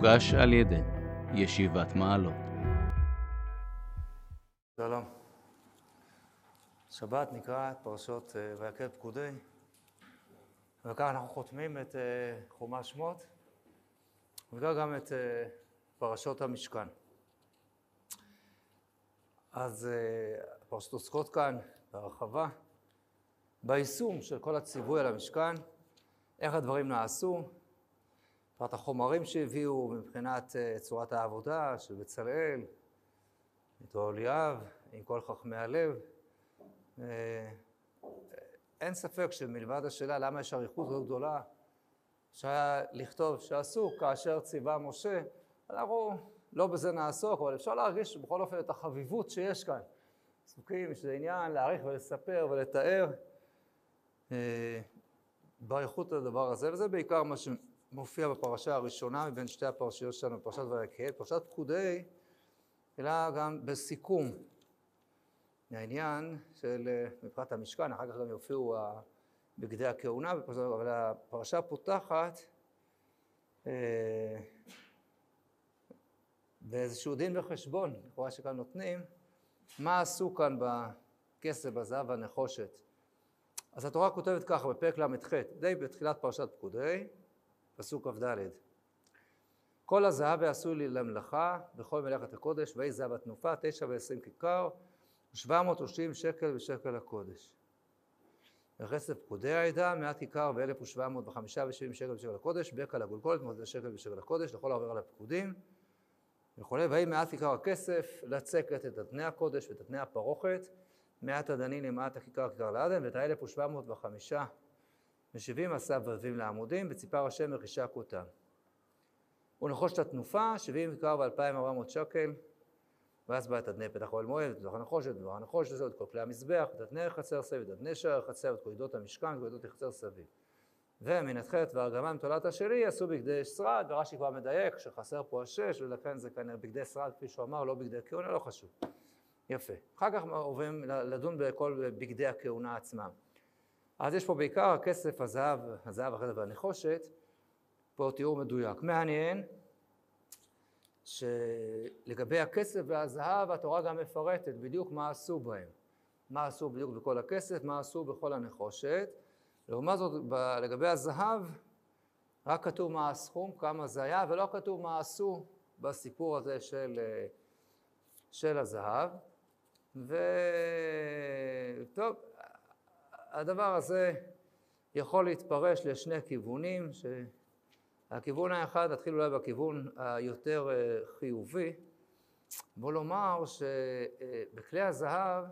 מוגש על ידי ישיבת מעלות. שלום. שבת נקרא את פרשות ויקל פקודי, וכך אנחנו חותמים את חומש שמות, וגם גם את פרשות המשכן. אז הפרשות עוסקות כאן בהרחבה, ביישום של כל הציווי על המשכן, איך הדברים נעשו, מבחינת החומרים שהביאו, מבחינת צורת העבודה של בצלאל, את אוליאב, עם כל חכמי הלב. אין ספק שמלבד השאלה למה יש אריכות לא גדולה, שהיה לכתוב שעשו כאשר ציווה משה, אנחנו לא בזה נעסוק, אבל אפשר להרגיש בכל אופן את החביבות שיש כאן. עסוקים שזה עניין להעריך ולספר ולתאר באריכות לדבר הזה, וזה בעיקר מה שמופיע בפרשה הראשונה מבין שתי הפרשיות שלנו, בפרשת ויקל, פרשת פקודי, אלא גם בסיכום מהעניין של מבחינת המשכן, אחר כך גם יופיעו בגדי הכהונה, אבל הפרשה פותחת באיזשהו דין וחשבון, לכאורה שכאן נותנים, מה עשו כאן בכסף, בזהב והנחושת. אז התורה כותבת ככה בפרק ל"ח, די בתחילת פרשת פקודי, פסוק כ"ד. כל הזהב יעשו לי למלאכה בכל מלאכת הקודש, ואי זהב התנופה, 9 כיכר, 730 שקל בשקל הקודש. וכסף פקודי העדה, 100 כיכר ו1,775 שקל בשקל הקודש, בקע לגולגולת, 100 שקל בשקל הקודש, לכל העובר על הפקודים, וכו'. ואי 100 כיכר הכסף, לצקת את אדני הקודש ואת אדני הפרוכת, 100 אדנים למעט הכיכר כיכר לאדם, ואת 1,775 משיבים הסבבים לעמודים, וציפר השם מחישה כותם. ונחושת התנופה, 70 כיכר ו2,400 שקל, ואז בא את אדני פתח אוהל מועד, את הנחושת, ודבר הנחושת הזה, את כל כלי המזבח, את אדני חצר סביב, את אדני שער חצר, את כל עדות המשכן, כל עדות חצר סביב. ומן התחילת והארגמן תולעת השלי עשו בגדי שרד, ורש"י כבר מדייק שחסר פה השש, ולכן זה כנראה בגדי שרד, כפי שהוא אמר, לא בגדי כהונה, לא חשוב. יפה. אחר כך עוברים לדון בכל בגדי הכהונה עצמם. אז יש פה בעיקר הכסף, הזהב החטא והנחושת, פה תיאור מדויק. מעניין שלגבי הכסף והזהב התורה גם מפרטת בדיוק מה עשו בהם. מה עשו בדיוק בכל הכסף, מה עשו בכל הנחושת. לעומת זאת לגבי הזהב רק כתוב מה הסכום, כמה זה היה, ולא כתוב מה עשו בסיפור הזה של הזהב. וטוב, הדבר הזה יכול להתפרש לשני כיוונים, הכיוון האחד, נתחיל אולי בכיוון היותר חיובי, בוא לומר שבכלי הזהב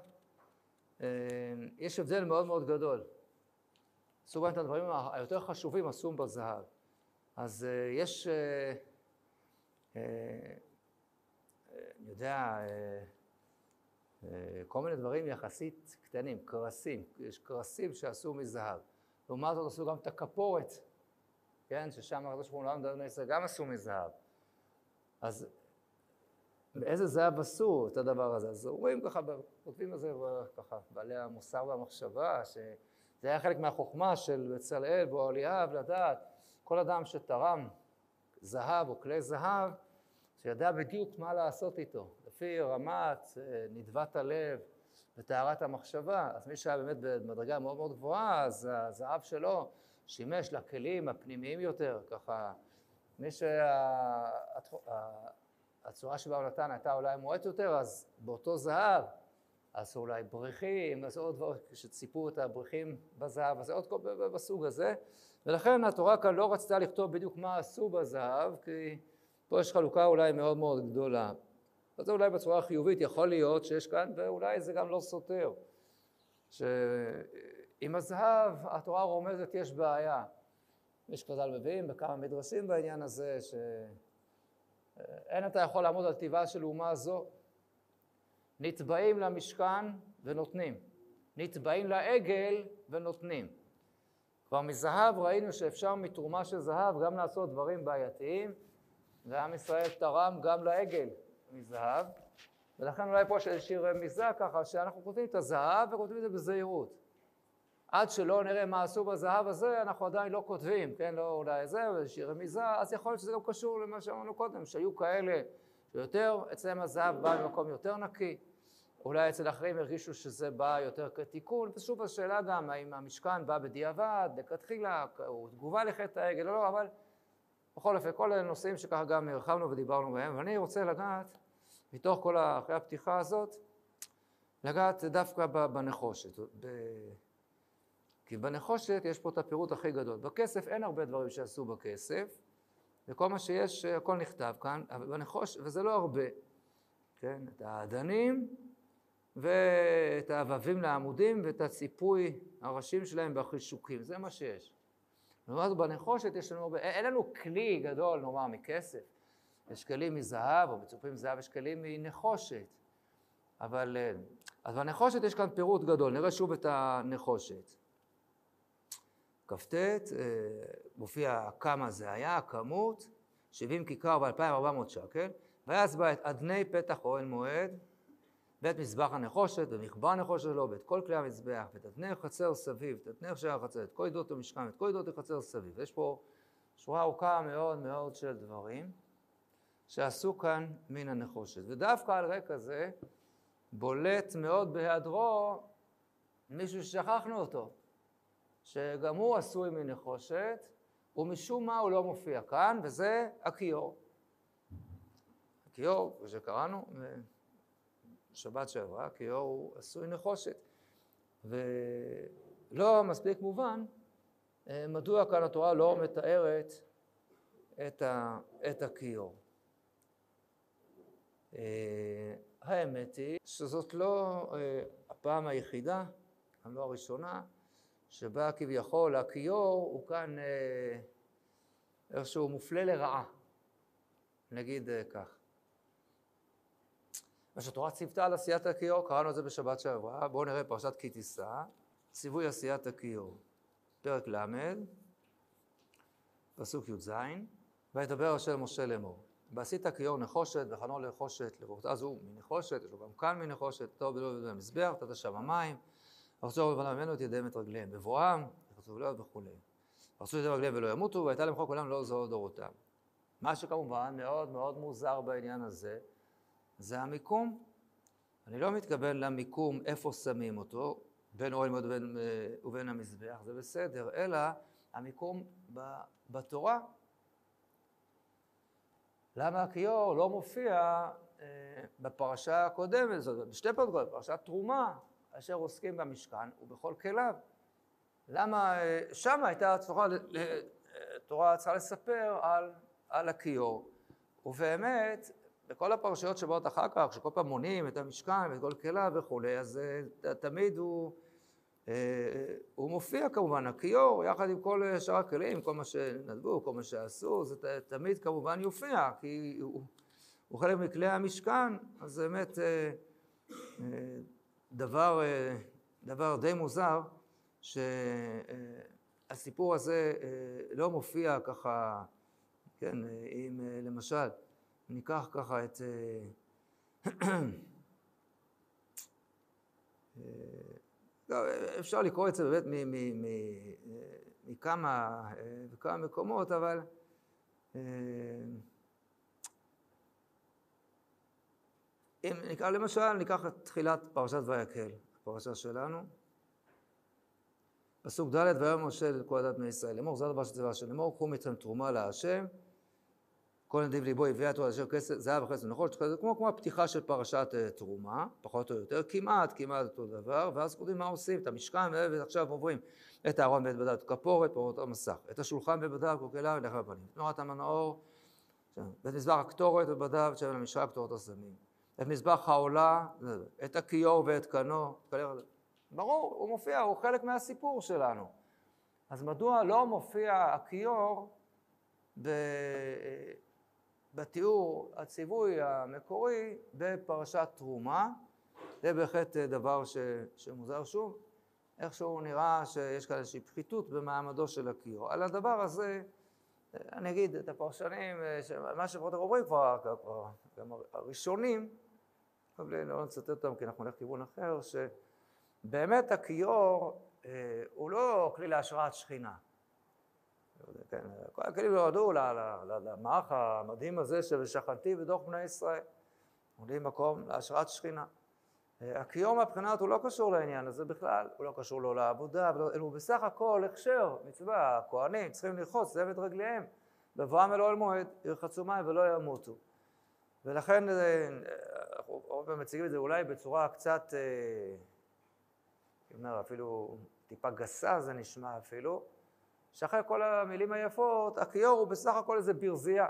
יש הבדל מאוד מאוד גדול. עשו בהם את הדברים היותר חשובים, עשו בזהב. אז יש, אני יודע, כל מיני דברים יחסית קטנים, קרסים, יש קרסים שעשו מזהב. לעומת זאת עשו גם את הכפורת, כן, ששם הקדוש ברוך הוא גם עשו מזהב. אז באיזה זהב עשו את הדבר הזה? אז רואים ככה, כותבים את זה ככה, בעלי המוסר והמחשבה, שזה היה חלק מהחוכמה של בצלאל ואוליאב לדעת, כל אדם שתרם זהב או כלי זהב, שידע בדיוק מה לעשות איתו, לפי רמת נדבת הלב וטהרת המחשבה. אז מי שהיה באמת במדרגה מאוד מאוד גבוהה, אז הזהב שלו שימש לכלים הפנימיים יותר, ככה, מי שהצורה שבה הוא נתן הייתה אולי מועט יותר, אז באותו זהב, עשו אולי בריחים, עשו עוד דברים שציפו את הבריחים בזהב, אז עוד כל בסוג הזה, ולכן התורה כאן לא רצתה לכתוב בדיוק מה עשו בזהב, כי פה יש חלוקה אולי מאוד מאוד גדולה. אז זה אולי בצורה חיובית יכול להיות שיש כאן, ואולי זה גם לא סותר, עם הזהב התורה רומזת יש בעיה. יש חז"ל מביאים בכמה מדרשים בעניין הזה, שאין אתה יכול לעמוד על טבעה של אומה זו. נתבעים למשכן ונותנים, נתבעים לעגל ונותנים. כבר מזהב ראינו שאפשר מתרומה של זהב גם לעשות דברים בעייתיים, ועם ישראל תרם גם לעגל מזהב, ולכן אולי פה יש איזושהי רמיזה ככה שאנחנו כותבים את הזהב וכותבים את זה בזהירות. עד שלא נראה מה עשו בזהב הזה, אנחנו עדיין לא כותבים, כן? לא אולי זה, איזושהי רמיזה, אז יכול להיות שזה גם קשור למה שאמרנו קודם, שהיו כאלה שיותר, אצלם הזהב בא ממקום יותר נקי, אולי אצל אחרים הרגישו שזה בא יותר כתיקון, ושוב השאלה גם, האם המשכן בא בדיעבד, לכתחילה, או תגובה לחטא העגל או לא, אבל בכל אופן, כל הנושאים שככה גם הרחבנו ודיברנו בהם, ואני רוצה לגעת, מתוך כל אחרי הפתיחה הזאת, לגעת דווקא בנחושת. כי בנחושת יש פה את הפירוט הכי גדול. בכסף אין הרבה דברים שעשו בכסף, וכל מה שיש, הכל נכתב כאן, אבל בנחושת, וזה לא הרבה. כן? את האדנים, ואת האבבים לעמודים, ואת הציפוי הראשים שלהם בחישוקים, זה מה שיש. זאת בנחושת יש לנו, אין לנו כלי גדול, נאמר, מכסף. יש כלים מזהב, או מצופים מזהב, יש כלים מנחושת. אבל, אז בנחושת יש כאן פירוט גדול, נראה שוב את הנחושת. כ"ט, מופיע כמה זה היה, הכמות, 70 כיכר ב-2,400 שקל, ואז בא את אדני פתח אוהל מועד, ואת מזבח הנחושת, ומחבר הנחושת שלו, ואת כל כלי המזבח, ואת אדני החצר סביב, את אדני חצר החצר, את כל עדות המשכן, את כל עדות החצר סביב. יש פה שורה ארוכה מאוד מאוד של דברים שעשו כאן מן הנחושת. ודווקא על רקע זה בולט מאוד בהיעדרו מישהו ששכחנו אותו, שגם הוא עשוי מנחושת, ומשום מה הוא לא מופיע כאן, וזה הכיור. הכיור, כפי שקראנו, בשבת שעברה, הכיור הוא עשוי נחושת. ולא מספיק מובן מדוע כאן התורה לא מתארת את הכיור. האמת היא שזאת לא הפעם היחידה, גם לא הראשונה, שבה כביכול הכיור הוא כאן איכשהו מופלה לרעה, נגיד כך. מה שהתורה ציוותה על עשיית הכיור, קראנו את זה בשבת שעברה, בואו נראה פרשת כי תישא, ציווי עשיית הכיור, פרק ל', פסוק י"ז, וידבר השם משה לאמור, ועשית כיור נחושת וחנו לנחושת לראות, אז הוא מנחושת, יש לו גם כאן מנחושת, טוב בלא בלא במזבח, תת שם המים, ורצו לבנה ממנו את ידיהם את רגליהם, בבואם, ורצו ולא וכו'. ורצו ידי רגליהם ולא ימותו, והייתה למחוק עולם לא זו דורותם. מה שכמובן מאוד מאוד מוזר בעניין הזה, זה המיקום. אני לא מתכוון למיקום איפה שמים אותו, בין אוהל מועד ובין המזבח, זה בסדר, אלא המיקום בתורה. למה הכיור לא מופיע בפרשה הקודמת, זאת בשתי פרקות, בפרשת תרומה, אשר עוסקים במשכן ובכל כליו. למה שם הייתה התורה צריכה לספר על הכיור, ובאמת בכל הפרשיות שבאות אחר כך, שכל פעם מונים את המשכן ואת כל כליו וכו', אז תמיד הוא מופיע כמובן, הכיור, יחד עם כל שאר הכלים, כל מה שנדבו, כל מה שעשו, זה תמיד כמובן יופיע, כי הוא חלק מכלי המשכן, אז זה באמת דבר די מוזר, שהסיפור הזה לא מופיע ככה, כן, אם למשל, ניקח ככה את אפשר לקרוא את זה באמת מכמה מקומות, אבל אם נקרא למשל, ניקח את תחילת פרשת ויקל, הפרשה שלנו, פסוק ד' ויאמר משה לכל עדת בני ישראל לאמור, זה הדבר שציווה השם לאמור, קחו מכם תרומה להשם, כל נדיב ליבו הביאה תורה אשר כסף, זהב וכסף נחושת, כמו הפתיחה של פרשת תרומה, פחות או יותר, כמעט אותו דבר, ואז קוראים מה עושים, את המשכן, ועכשיו עוברים את הארון ואת בדל, את כפורת, פרות המסך, את השולחן ובדל, כל כליו ולך הפנים, תנורת המנעור, ואת מזבח הקטורת ובדל, שמן המשחה קטורת הסמים, את מזבח העולה, את הכיור ואת קנו, ברור, הוא מופיע, הוא חלק מהסיפור שלנו. אז מדוע לא מופיע הכיור בתיאור הציווי המקורי בפרשת תרומה? זה בהחלט דבר שמוזר שוב, איכשהו נראה שיש כאן איזושהי פחיתות במעמדו של הכיור. על הדבר הזה, אני אגיד את הפרשנים, מה שפחות אומרים כבר, גם הראשונים, לא נצטט אותם כי אנחנו נלך כיוון אחר, שבאמת הכיור הוא לא כלי להשראת שכינה. כן, כל הכלים נועדו למערך המדהים הזה ששכנתי בדוח בני ישראל. עומדים מקום להשראת שכינה. הכיור מהבחינת הוא לא קשור לעניין הזה בכלל, הוא לא קשור לו לעבודה, הוא בסך הכל הכשר, מצווה, הכהנים צריכים לרחוץ זבת רגליהם, בבואם אל אוהל מועד, ירחצו מים ולא ימותו. ולכן אנחנו הרבה מציגים את זה אולי בצורה קצת, אפילו טיפה גסה זה נשמע אפילו, שאחרי כל המילים היפות, הכיור הוא בסך הכל איזה ברזייה.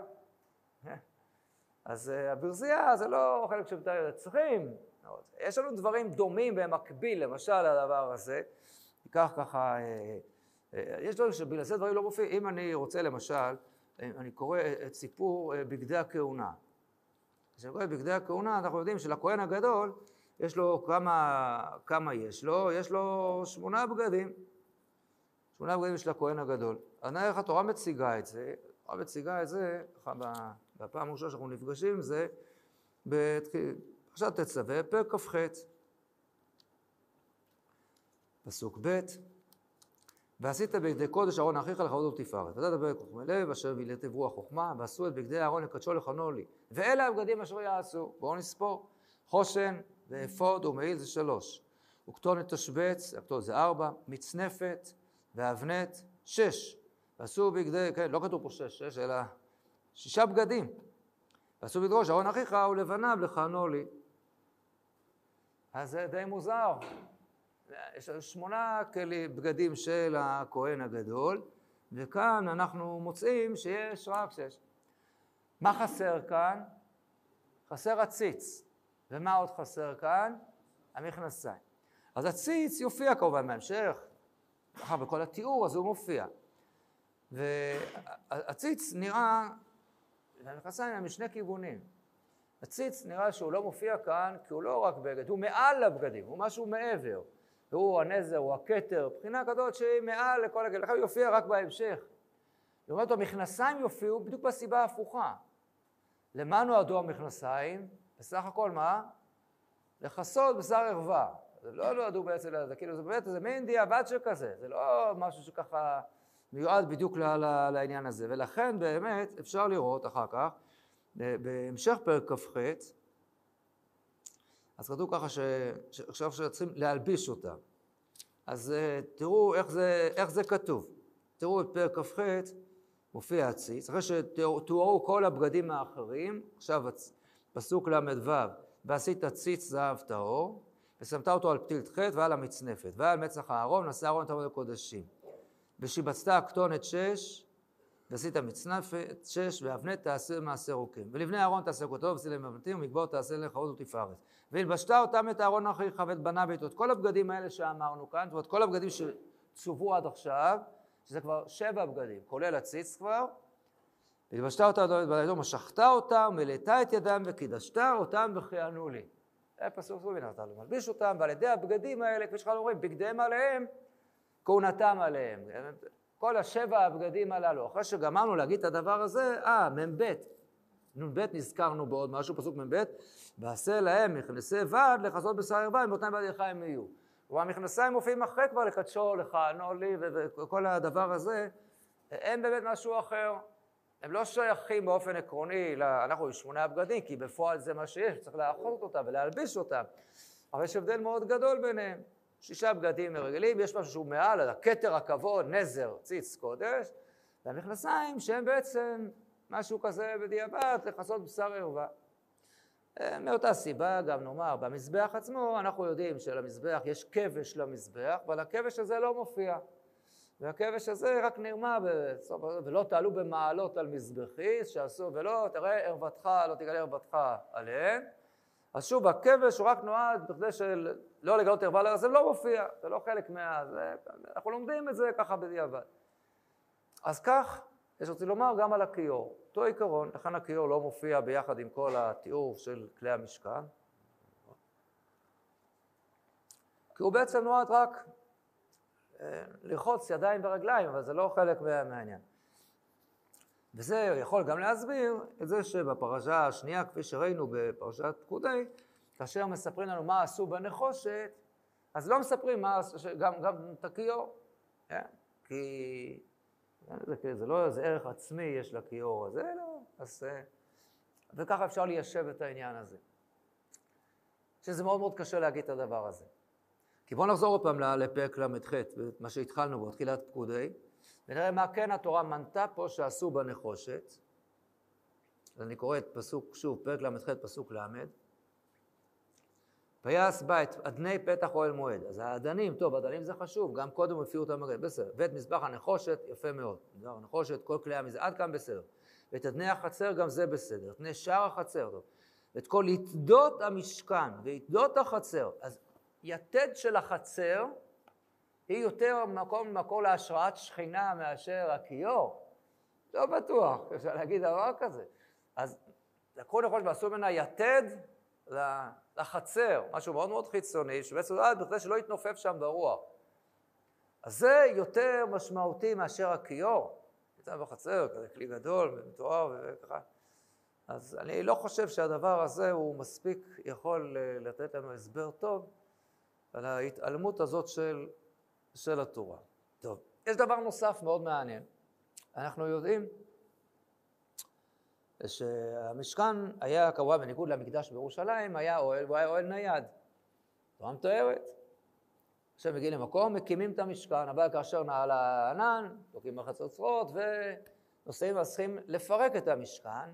אז הברזייה זה לא חלק צריכים, יש לנו דברים דומים במקביל, למשל הדבר הזה, ניקח ככה, יש דברים שבגלל זה דברים לא מופיעים, אם אני רוצה למשל, אני קורא את סיפור בגדי הכהונה. כשאני קורא את בגדי הכהונה, אנחנו יודעים שלכהן הגדול, יש לו כמה יש לו? יש לו 8 בגדים. 8 בגדים של הכהן הגדול. אז נראה איך התורה מציגה את זה, בפעם הראשונה שאנחנו נפגשים עם זה, עכשיו תצווה, פרק כ"ח, פסוק ב', ועשית בגדי קודש אהרון אחיך לכבוד ולתפארת, ודעת בפרק חוכמי לב, אשר וילטב רוח חוכמה, ועשו את בגדי אהרון לקדשו לכנו לי, ואלה הבגדים אשר יעשו, בואו נספור, חושן ואפוד ומעיל זה 3, וכתונת תשבץ, הכתונת זה 4, מצנפת ואבנת 6, ועשו בגדי, כן, לא כתוב פה 6, אלא 6 בגדים, ועשו בגדי קודש אהרון אחיך ולבניו לכנו לי. אז זה די מוזר. יש 8 בגדים של הכהן הגדול, וכאן אנחנו מוצאים שיש רק 6. מה חסר כאן? חסר הציץ. ומה עוד חסר כאן? המכנסיים. אז הציץ יופיע כמובן בהמשך, אחר בכל התיאור אז הוא מופיע. והציץ נראה, המכנסיים הם משני כיוונים. הציץ נראה שהוא לא מופיע כאן, כי הוא לא רק בגד, הוא מעל לבגדים, הוא משהו מעבר. והוא הנזר, הוא הכתר, בחינה כזאת שהיא מעל לכל הגד, לכן הוא יופיע רק בהמשך. לעומת המכנסיים יופיעו בדיוק בסיבה ההפוכה. למה נועדו המכנסיים? בסך הכל מה? לכסות בשר ערווה. זה לא נועדו בעצם לזה, כאילו זה באמת איזה מין דיעבד שכזה, זה לא משהו שככה מיועד בדיוק לעניין הזה. ולכן באמת אפשר לראות אחר כך, בהמשך פרק כ"ח, אז כתוב ככה שעכשיו שצריכים להלביש אותם. אז תראו איך זה כתוב. תראו את פרק כ"ח, מופיע הציץ, אחרי שתוארו כל הבגדים האחרים, עכשיו פסוק ל"ו, ועשית ציץ זהב טהור, ושמת אותו על פתילת חטא ועל המצנפת, ועל מצח הארון, נשא אהרון את עמוד הקודשים. ושיבצת הכתונת 6, ועשית מצנפת 6, ואבנת תעשה מעשה רוקים. ולבני אהרון תעשה כותו, ועשי להם אבנתים, ומגבור תעשה להם לכבוד ותפארת. והלבשת אותם את אהרון אחיך ואת בניו ואיתו. את כל הבגדים האלה שאמרנו כאן, ואת כל הבגדים שצוו עד עכשיו, שזה כבר 7 בגדים, כולל הציץ כבר, והלבשת אותם ואת בניו, משכת אותם, מלאת את ידם, וקידשת אותם וכיהנו לי. זה פסוק סובין, אתה מלביש אותם, ועל ידי הבגדים האלה, כפי שכאן אומרים, בגדיהם עליהם, כהונתם עליהם. כל 7 הבגדים הללו. אחרי שגמרנו להגיד את הדבר הזה, מ"ב. נ"ב נזכרנו בעוד משהו, פסוק מ"ב, ועשה להם מכנסי ועד לכסות בשר ערווה, אם באותנם בעדיך הם יהיו. והמכנסיים מופיעים אחרי כבר לקדשו, לכהנו לי, וכל הדבר הזה, הם באמת משהו אחר. הם לא שייכים באופן עקרוני, אנחנו 8 הבגדים, כי בפועל זה מה שיש, צריך לאחות אותם ולהלביש אותם. אבל יש הבדל מאוד גדול ביניהם. 6 בגדים מרגלים, יש משהו שהוא מעל, הכתר, הכבוד, נזר, ציץ, קודש, והמכנסיים שהם בעצם משהו כזה בדיעבד, לכסות בשר ערווה. מאותה סיבה גם נאמר, במזבח עצמו אנחנו יודעים שלמזבח יש כבש למזבח, אבל הכבש הזה לא מופיע. והכבש הזה רק נרמה, ולא תעלו במעלות על מזבחי, שעשו, ולא תראה ערוותך, לא תגלה ערוותך עליהן. אז שוב, הכבש הוא רק נועד בכדי שלא לגלות ערווה, זה לא מופיע, זה לא חלק אנחנו לומדים את זה ככה בדיעבד. אז כך, יש רוצה לומר גם על הכיור. אותו עיקרון, לכן הכיור לא מופיע ביחד עם כל התיאור של כלי המשכן. כי הוא בעצם נועד רק לרחוץ ידיים ורגליים, אבל זה לא חלק מהעניין. וזה יכול גם להסביר את זה שבפרשה השנייה, כפי שראינו בפרשת פקודי, כאשר מספרים לנו מה עשו בנחושת, אז לא מספרים גם את הכיור, כי זה לא איזה ערך עצמי יש לכיור הזה, לא, אז וככה אפשר ליישב את העניין הזה. שזה מאוד מאוד קשה להגיד את הדבר הזה. כי בואו נחזור עוד פעם לפרק ל"ח, מה שהתחלנו בו, תחילת פקודי, ונראה מה כן התורה מנתה פה שעשו בנחושת. אז אני קורא את פסוק, שוב, פרק ל"ח, פסוק ל'. ויעש בית, אדני פתח אוהל מועד. אז האדנים, טוב, האדנים זה חשוב, גם קודם הופיעו אותם מגן, בסדר. ואת מזבח הנחושת, יפה מאוד. מזבח הנחושת, כל כלי המזבח, עד כאן בסדר. ואת אדני החצר, גם זה בסדר. אדני שער החצר, טוב. ואת כל יתדות המשכן ויתדות החצר. אז יתד של החצר היא יותר מקור להשראת שכינה מאשר הכיור. לא בטוח, אפשר להגיד דבר כזה. אז לקחו נחושת ועשו ממנה יתד לחצר, משהו מאוד מאוד חיצוני, שבעצם בכדי שלא יתנופף שם ברוח. אז זה יותר משמעותי מאשר הכיור. יצא בחצר, כזה כלי גדול ומתואר וככה. אז אני לא חושב שהדבר הזה הוא מספיק יכול לתת לנו הסבר טוב על ההתעלמות הזאת של התורה. טוב, יש דבר נוסף מאוד מעניין. אנחנו יודעים שהמשכן היה כמובן בניגוד למקדש בירושלים, היה אוהל, והוא היה אוהל נייד. תורה מתוארת. עכשיו מגיעים למקום, מקימים את המשכן, אבל כאשר נעל הענן, תוקעים בחצוצרות, ונוסעים וצריכים לפרק את המשכן,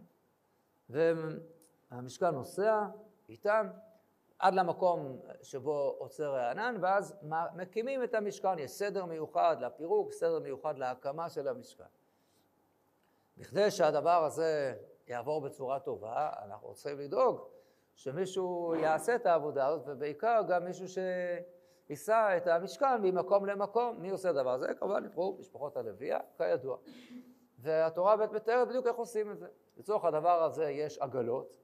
והמשכן נוסע איתם עד למקום שבו עוצר הענן, ואז מקימים את המשכן. יש סדר מיוחד לפירוק, סדר מיוחד להקמה של המשכן. בכדי שהדבר הזה יעבור בצורה טובה, אנחנו צריכים לדאוג שמישהו יעשה את העבודה הזאת, ובעיקר גם מישהו יישא את המשכן ממקום למקום. מי עושה דבר הזה? כמובן נבחרו משפחות הלוויה, כידוע. והתורה מתארת בדיוק איך עושים את זה. לצורך הדבר הזה יש עגלות,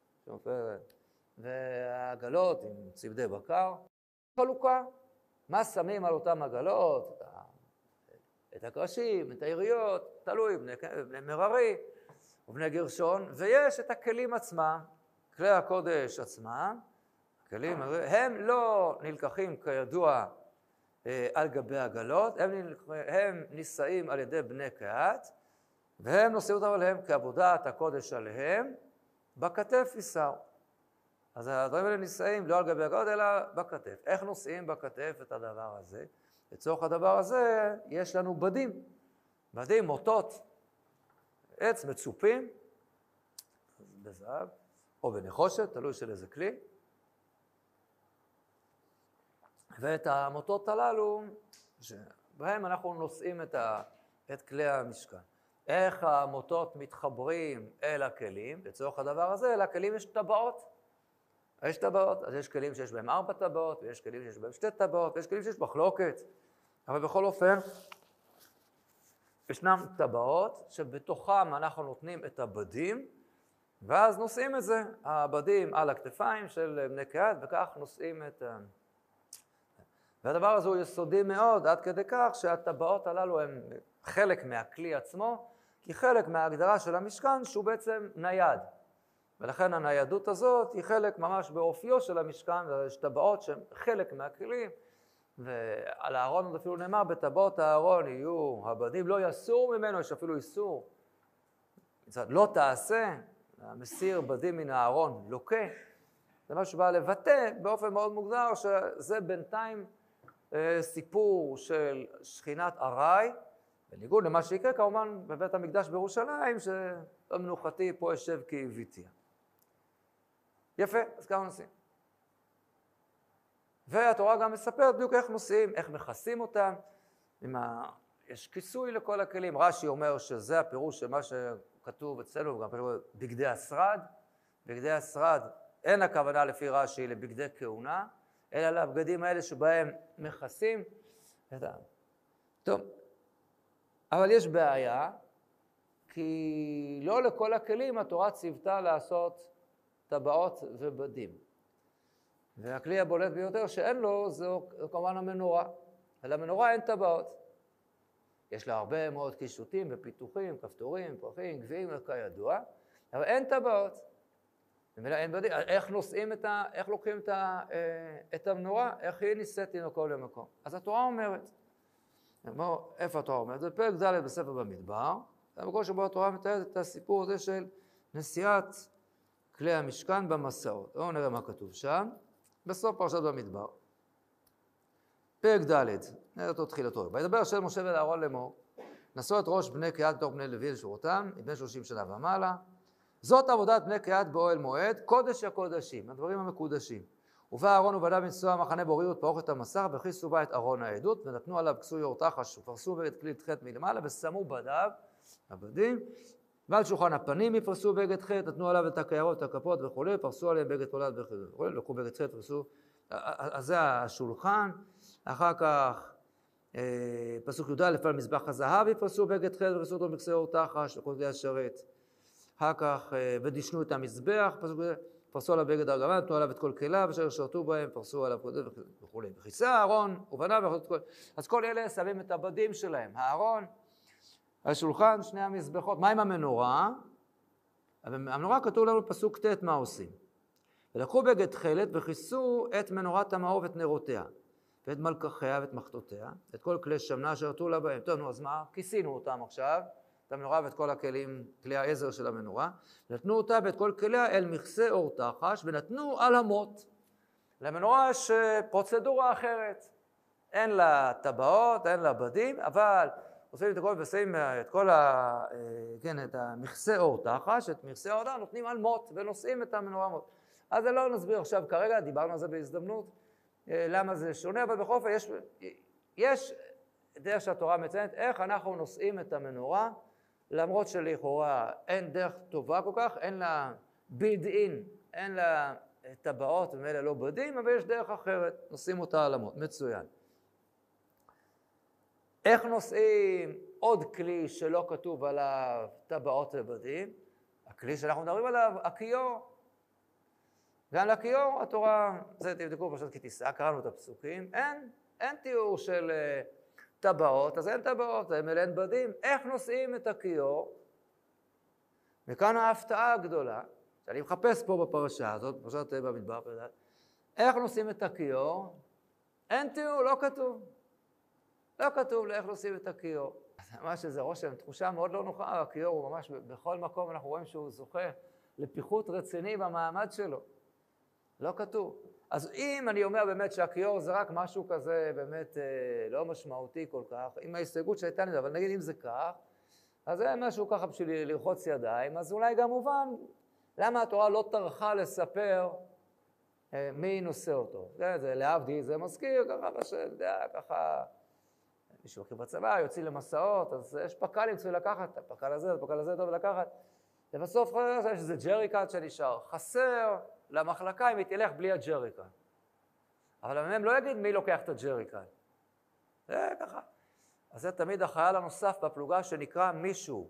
והעגלות עם צבדי בקר, חלוקה. מה שמים על אותם עגלות? את הקרשים, את העיריות, תלוי, בני מררי ובני גרשון, ויש את הכלים עצמם, כלי הקודש עצמם, הכלים, הם לא נלקחים כידוע על גבי עגלות, הם נישאים על ידי בני קהת, והם נושאים אותם עליהם כעבודת הקודש עליהם, בכתף יישאו. אז הדברים האלה נישאים לא על גבי עגלות, אלא בכתף. איך נושאים בכתף את הדבר הזה? לצורך הדבר הזה יש לנו בדים, בדים, מוטות, עץ מצופים, בזהב, או בנחושת, תלוי של איזה כלי. ואת המוטות הללו, שבהם אנחנו נושאים את כלי המשכן. איך המוטות מתחברים אל הכלים? לצורך הדבר הזה, לכלים יש טבעות. יש טבעות, אז יש כלים שיש בהם 4 טבעות, ויש כלים שיש בהם 2 טבעות, ויש כלים שיש מחלוקת. אבל בכל אופן, ישנם טבעות שבתוכם אנחנו נותנים את הבדים, ואז נושאים את זה, הבדים על הכתפיים של בני קהת, וכך נושאים את... והדבר הזה הוא יסודי מאוד, עד כדי כך שהטבעות הללו הם חלק מהכלי עצמו, כי חלק מההגדרה של המשכן שהוא בעצם נייד. ולכן הניידות הזאת היא חלק ממש באופיו של המשכן, ויש טבעות שהן חלק מהכלים, ועל הארון עוד אפילו נאמר, בטבעות הארון יהיו הבדים, לא יסור ממנו, יש אפילו איסור. לא תעשה, המסיר בדים מן הארון לוקה. זה מה שבא לבטא באופן מאוד מוגדר, שזה בינתיים סיפור של שכינת ארעי, בניגוד למה שיקרה כמובן בבית המקדש בירושלים, שבמנוחתי פה אשב כהביתיה. יפה, אז כמה נושאים. והתורה גם מספרת בדיוק איך נושאים, איך מכסים אותם. יש כיסוי לכל הכלים. רש"י אומר שזה הפירוש של מה שכתוב אצלנו, גם בגדי השרד. בגדי השרד אין הכוונה לפי רש"י לבגדי כהונה, אלא לבגדים האלה שבהם מכסים. טוב, אבל יש בעיה, כי לא לכל הכלים התורה ציוותה לעשות טבעות ובדים. והכלי הבולט ביותר שאין לו זו כמובן המנורה. ולמנורה אין טבעות. יש לה הרבה מאוד קישוטים ופיתוחים, כפתורים, פרחים, גביעים, כידוע, אבל אין טבעות. אין בדין, איך נושאים איך לוקחים את המנורה, איך היא נישאת ממקום למקום. אז התורה אומרת, איפה התורה אומרת? זה פרק ד' בספר במדבר, זה המקום שבו התורה מתארת את הסיפור הזה של נשיאת כלי המשכן במסעות. בואו נראה מה כתוב שם, בסוף פרשת במדבר. פרק ד', נראה אותו תחילתו. וידבר השם משה ואל אהרון לאמור, נשאו את ראש בני קהת בתוך בני לוי לשורותם, מבני 30 שנה ומעלה. זאת עבודת בני קהת באוהל מועד, קודש הקודשים, הדברים המקודשים. ובא אהרון ובניו מנשוא המחנה והורידו את פרוכת המסך, והכניסו בה את ארון העדות, ונתנו עליו כסוי עור תחש, ופרסו בגד כלי תחת מלמעלה, ושמו בדיו, הבדים, ועל שולחן הפנים יפרסו בגד חטא, נתנו עליו את הקערות, את הכפות וכו', פרסו עליהם בגד תולד וכו', לקחו בגד חטא, פרסו, אז זה השולחן. אחר כך פסוק י"א על מזבח הזהב יפרסו בגד חטא ופרסו אותו בכסוי עור תחש לכל כלי השרת. אחר כך ודישנו את המזבח, פרסו עליו בגד ארגמן, נתנו עליו את כל כליו אשר שרתו בהם, פרסו עליו וכו'. וכיסא אהרון ובניו, אז כל אלה שמים את הבדים שלהם, הארון, השולחן, שני המזבחות. מה עם המנורה? המנורה כתוב לנו בפסוק ט' מה עושים. ולקחו בגד תכלת וכיסו את מנורת המאור ואת נרותיה, ואת מלקחיה ואת מחתותיה, את כל כלי שמנה שרתו לה בהם. טוב, נו, אז מה? כיסינו אותם עכשיו, את המנורה ואת כל הכלים, כלי העזר של המנורה, נתנו אותה ואת כל כליה אל מכסה עור תחש, ונתנו על המות. למנורה יש פרוצדורה אחרת. אין לה טבעות, אין לה בדים, אבל עושים את הכל ושמים את כל את המכסה עור תחש, את מכסה עור תחש, נותנים על מות ונושאים את המנורה מות. אז זה לא נסביר עכשיו כרגע, דיברנו על זה בהזדמנות, למה זה שונה, אבל בכל אופן יש דרך שהתורה מציינת, איך אנחנו נושאים את המנורה, למרות שלכאורה אין דרך טובה כל כך, אין לה בילד-אין, אין לה טבעות ומאלה לא בדים, אבל יש דרך אחרת, נושאים אותה על המות, מצוין. איך נושאים עוד כלי שלא כתוב עליו טבעות ובדים? הכלי שאנחנו מדברים עליו, הכיור. גם לכיור התורה, זה תבדקו פשוט כי תישא, קראנו את הפסוקים, אין תיאור של טבעות, אז אין טבעות, אין בדים. איך נושאים את הכיור? וכאן ההפתעה הגדולה, שאני מחפש פה בפרשה הזאת, פרשת במדבר, איך נושאים את הכיור? אין תיאור, לא כתוב. לא כתוב לאיך נושאים את הכיור. ממש איזה רושם, תחושה מאוד לא נוחה, הכיור הוא ממש בכל מקום, אנחנו רואים שהוא זוכה לפיחות רציני במעמד שלו. לא כתוב. אז אם אני אומר באמת שהכיור זה רק משהו כזה באמת לא משמעותי כל כך, עם ההסתייגות שהייתה לי, אבל נגיד אם זה כך, אז זה משהו ככה בשביל לרחוץ ידיים, אז אולי גם מובן למה התורה לא טרחה לספר מי נושא אותו. זה להבדיל, זה מזכיר ככה, מישהו הולכים בצבא, יוצאים למסעות, אז יש פקלים צריכים לקחת, את הפקל הזה טוב לקחת. ובסוף יש איזה ג'ריקן שנשאר, חסר למחלקה אם היא תלך בלי הג'ריקן. אבל המם לא יגיד מי לוקח את הג'ריקן. זה ככה. אז זה תמיד החייל הנוסף בפלוגה שנקרא מישהו.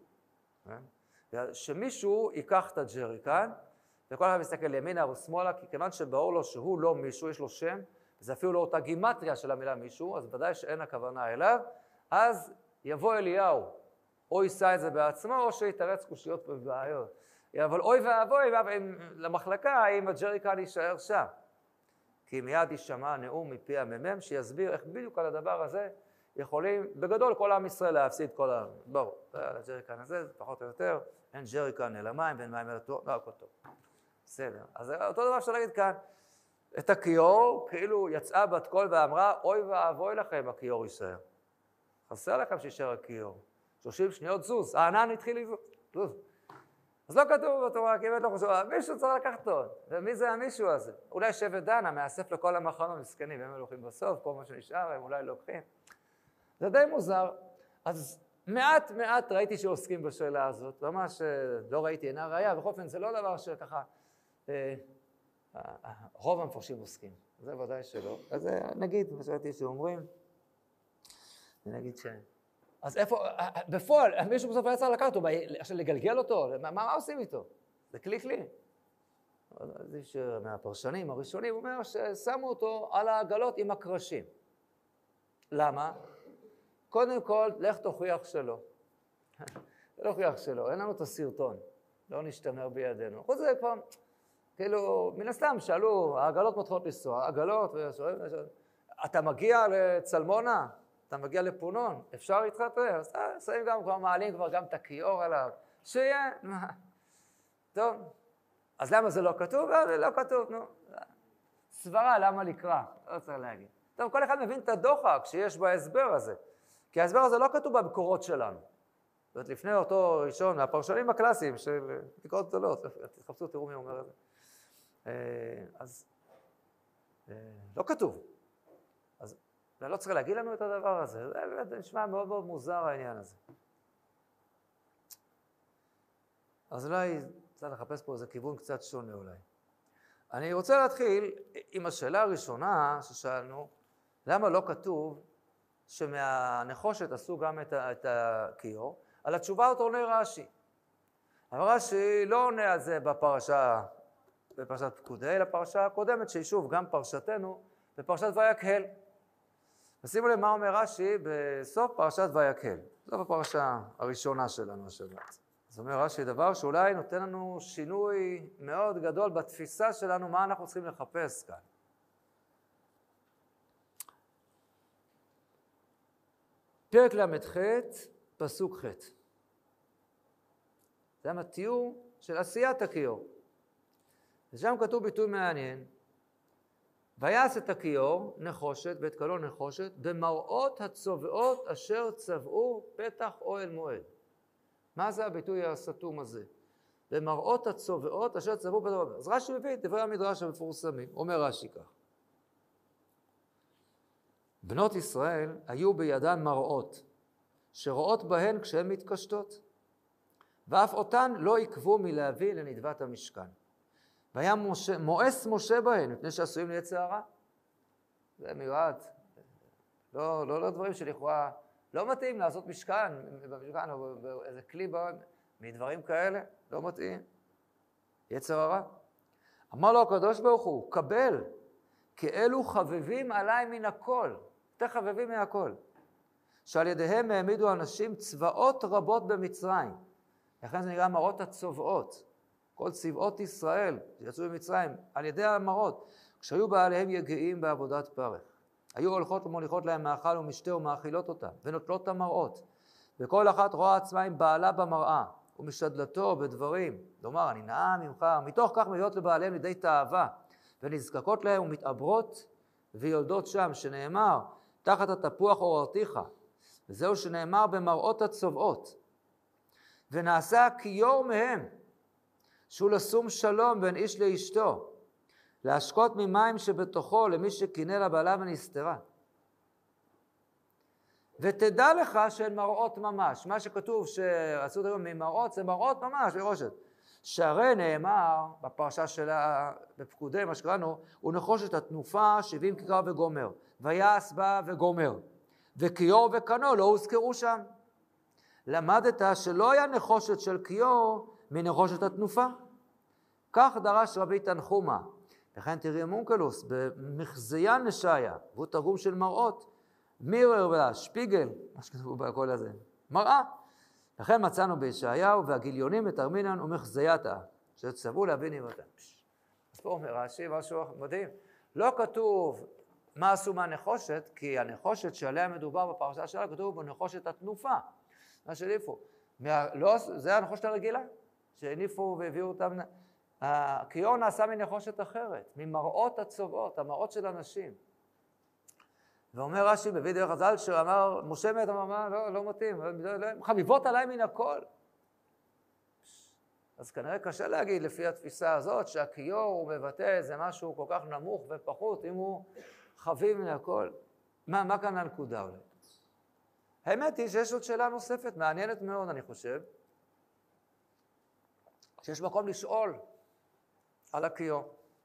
שמישהו ייקח את הג'ריקן, וכל אחד מסתכל לימינה או שמאלה, כי כיוון שברור לו שהוא לא מישהו, יש לו שם, וזה אפילו לא אותה גימטריה של המילה מישהו, אז ודאי שאין הכוונה אליו, אז יבוא אליהו, או יישא את זה בעצמו, או שיתרץ קושיות ובעיות. אבל אוי ואבוי למחלקה, האם הג'ריקן יישאר שם. כי מיד יישמע נאום מפי הממם, שיסביר איך בדיוק על הדבר הזה יכולים, בגדול כל עם ישראל להפסיד כל ברור, על הג'ריקן הזה, זה פחות או יותר, אין ג'ריקן אל המים, ואין מים אל התור, לא הכל טוב. בסדר. אז אותו דבר אפשר להגיד כאן, את הכיור, כאילו יצאה בת קול ואמרה, אוי ואבוי לכם, הכיור יישאר. חסר לכם שישאר הכיור. 30 שניות זוז, הענן התחיל לזוז. אז לא כתוב בתורה, כי באמת לא חשוב, מישהו צריך לקחת עוד. ומי זה המישהו הזה? אולי שבט דן, המאסף לכל המחנות מסכנים, הם לוקחים בסוף, כל מה שנשאר, הם אולי לוקחים. זה די מוזר. אז מעט ראיתי שעוסקים בשאלה הזאת, ממש לא ראיתי, אינה ראייה, בכל אופן זה לא דבר שככה, רוב המפרשים עוסקים, זה ודאי שלא. אז נגיד, מה שראיתי שאומרים, נגיד ש... אז איפה, בפועל, מישהו בסוף היה צריך לקחת אותו, עכשיו לגלגל אותו, מה עושים איתו? זה כלי. מהפרשנים הראשונים אומר ששמו אותו על העגלות עם הקרשים. למה? קודם כל, לך תוכיח שלא. לא תוכיח שלא, אין לנו את הסרטון, לא נשתמר בידינו. חוץ זה כבר, כאילו, מן הסתם שאלו, העגלות מתחילות לנסוע, עגלות, אתה מגיע לצלמונה, אתה מגיע לפונון, אפשר להתחתן, אז שמים גם, כבר מעלים כבר גם את הכיור עליו, שיהיה, מה? טוב, אז למה זה לא כתוב? לא כתוב, נו. סברה, למה לקרוא? לא צריך להגיד. טוב, כל אחד מבין את הדוחק שיש בהסבר הזה, כי ההסבר הזה לא כתוב במקורות שלנו. זאת אומרת, לפני אותו ראשון, הפרשנים הקלאסיים של ביקורות גדולות, תחפשו, תראו מי אומר את זה. אז לא כתוב. אז לא צריך להגיד לנו את הדבר הזה. זה נשמע מאוד מאוד מוזר העניין הזה. אז אולי צריך לחפש פה איזה כיוון קצת שונה אולי. אני רוצה להתחיל עם השאלה הראשונה ששאלנו, למה לא כתוב שמהנחושת עשו גם את הכיור? על התשובה הזאת עונה רש"י. אבל רש"י לא עונה על זה בפרשת פקודי, אלא פרשה הקודמת, שהיא שוב גם פרשתנו, בפרשת ויקהל. ושימו לב מה אומר רש"י בסוף פרשת ויקהל. זו הפרשה הראשונה שלנו השבת. אז אומר רש"י דבר שאולי נותן לנו שינוי מאוד גדול בתפיסה שלנו, מה אנחנו צריכים לחפש כאן. פרק ל"ח, פסוק ח'. זה התיאור של עשיית הכיור. ושם כתוב ביטוי מעניין, ויעש את הכיור נחושת ואת כלו נחושת במראות הצובעות אשר צבעו פתח אוהל מועד. מה זה הביטוי הסתום הזה? במראות הצובעות אשר צבעו פתח אוהל מועד. אז רש"י מביא את דברי המדרש המפורסמים, אומר רש"י כך. בנות ישראל היו בידן מראות, שרואות בהן כשהן מתקשטות, ואף אותן לא עיכבו מלהביא לנדבת המשכן. והיה מואס משה בהן, מפני שעשויים ליצר הרע. זה מיועד. לא לדברים שלכאורה לא מתאים לעשות משכן, במשכן או באיזה כלי מדברים כאלה, לא מתאים. יצר הרע. אמר לו הקדוש ברוך הוא, קבל, כי אלו חבבים עליי מן הכל, יותר חבבים מהכל. שעל ידיהם העמידו אנשים צבאות רבות במצרים. לכן זה נקרא מראות הצובעות. כל צבאות ישראל שיצאו במצרים, על ידי המראות, כשהיו בעליהם יגעים בעבודת פרך. היו הולכות ומוליכות להם מאכל ומשתה ומאכילות אותם, ונוטלות את המראות. וכל אחת רואה עצמה עם בעלה במראה, ומשדלתו בדברים. לומר, אני נאה ממך, מתוך כך מביאות לבעליהם לידי תאווה, ונזקקות להם ומתעברות ויולדות שם, שנאמר, תחת התפוח עוררתיך. וזהו שנאמר במראות הצובעות. ונעשה כיור מהם, שהוא לשום שלום בין איש לאשתו, להשקות ממים שבתוכו למי שקינא לבעלה ונסתרה. ותדע לך שהן מראות ממש. מה שכתוב שעשו את היום ממראות, זה מראות ממש, לרושת. שהרי נאמר בפרשה שלה, בפקודי, מה שקראנו, הוא נחושת התנופה 70 כיכר וגומר. ויעש בה וגומר. וכיור וקנו לא הוזכרו שם. למדת שלא היה נחושת של כיור מנחושת התנופה. כך דרש רבי תנחומה. לכן תראי מונקלוס במחזיין נשיה, והוא תרגום של מראות, מירר ושפיגל, מה שכתוב בכל הזה, מראה. לכן מצאנו בישעיהו והגיליונים את ארמינן ומחזייתה, שצבו להבין נבואתם. אז פה אומר רש"י משהו מדהים. לא כתוב מה עשו מהנחושת, כי הנחושת שעליה מדובר בפרשה שלה, כתוב בנחושת התנופה. מה שהניפו. זה הנחושת הרגילה, שהניפו והביאו אותם. הכיור נעשה מנחושת אחרת, ממראות הצובעות, המראות של אנשים. ואומר רש"י בביא דרך חז"ל, שאמר, משה מת, אמר, לא מתאים, חביבות עליי מן הכל. אז כנראה קשה להגיד לפי התפיסה הזאת, שהכיור הוא מבטא איזה משהו כל כך נמוך ופחות, אם הוא חביב מן הכל. מה כאן הנקודה אולי? האמת היא שיש עוד שאלה נוספת, מעניינת מאוד אני חושב, שיש מקום לשאול על הכיור.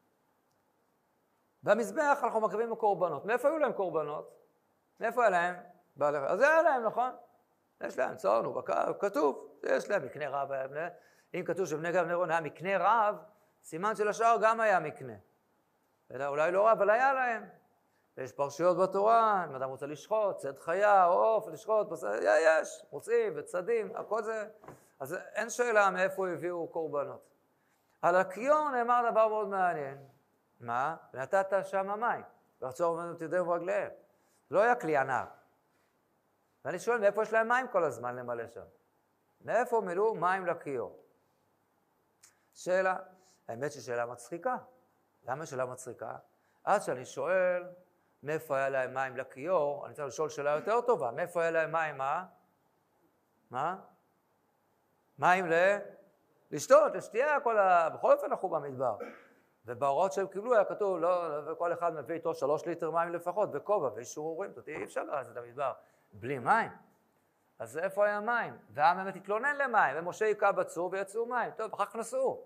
במזבח אנחנו מקריבים קורבנות. מאיפה היו להם קורבנות? מאיפה היה להם? אז היה להם, נכון? יש להם צאן ובקר, כתוב, יש להם מקנה רב. אם כתוב שבני גב נרון היה מקנה רב, סימן של השאר גם היה מקנה. אולי לא רב, אבל היה להם. יש פרשיות בתורה, אם אדם רוצה לשחוט, צד חיה, עוף, לשחוט, יש, מוצאים וצדים, הכל זה. אז אין שאלה מאיפה הביאו קורבנות. על הכיור נאמר דבר מאוד מעניין. מה? ונתת שם מים, ורצו את ידיהם ורגליהם. לא היה כלי ענק. ואני שואל, מאיפה יש להם מים כל הזמן למלא שם? מאיפה מילאו מים לכיור? שאלה, האמת ששאלה מצחיקה. למה שאלה מצחיקה? אז שאני שואל, מאיפה היה להם מים לכיור, אני צריך לשאול שאלה יותר טובה, מאיפה היה להם מים, מה? מים לשתות, לשתייה, בכל אופן אנחנו במדבר. ובהוראות שהם קיבלו היה כתוב, וכל אחד מביא איתו 3 ליטר מים לפחות, בכובע, ואישורים, אי אפשר לראות את המדבר, בלי מים. אז איפה היה מים? והעם באמת התלונן למים, ומשה היכה בצור ויצאו מים. טוב, אחר כך נסעו.